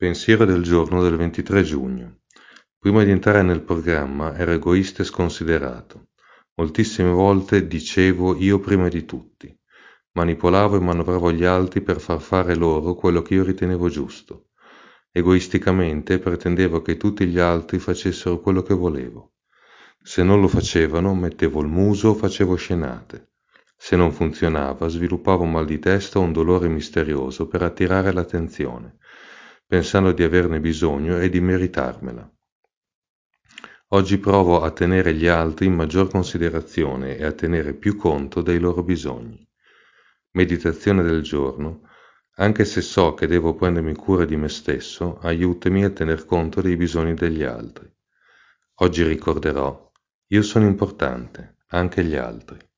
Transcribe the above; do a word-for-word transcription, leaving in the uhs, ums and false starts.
Pensiero del giorno del ventitré giugno. Prima di entrare nel programma ero egoista e sconsiderato. Moltissime volte dicevo io prima di tutti. Manipolavo e manovravo gli altri per far fare loro quello che io ritenevo giusto. Egoisticamente pretendevo che tutti gli altri facessero quello che volevo. Se non lo facevano, mettevo il muso o facevo scenate. Se non funzionava, sviluppavo un mal di testa o un dolore misterioso per attirare l'attenzione, pensando di averne bisogno e di meritarmela. Oggi provo a tenere gli altri in maggior considerazione e a tenere più conto dei loro bisogni. Meditazione del giorno. Anche se so che devo prendermi cura di me stesso, aiutami a tener conto dei bisogni degli altri. Oggi ricorderò, io sono importante, anche gli altri.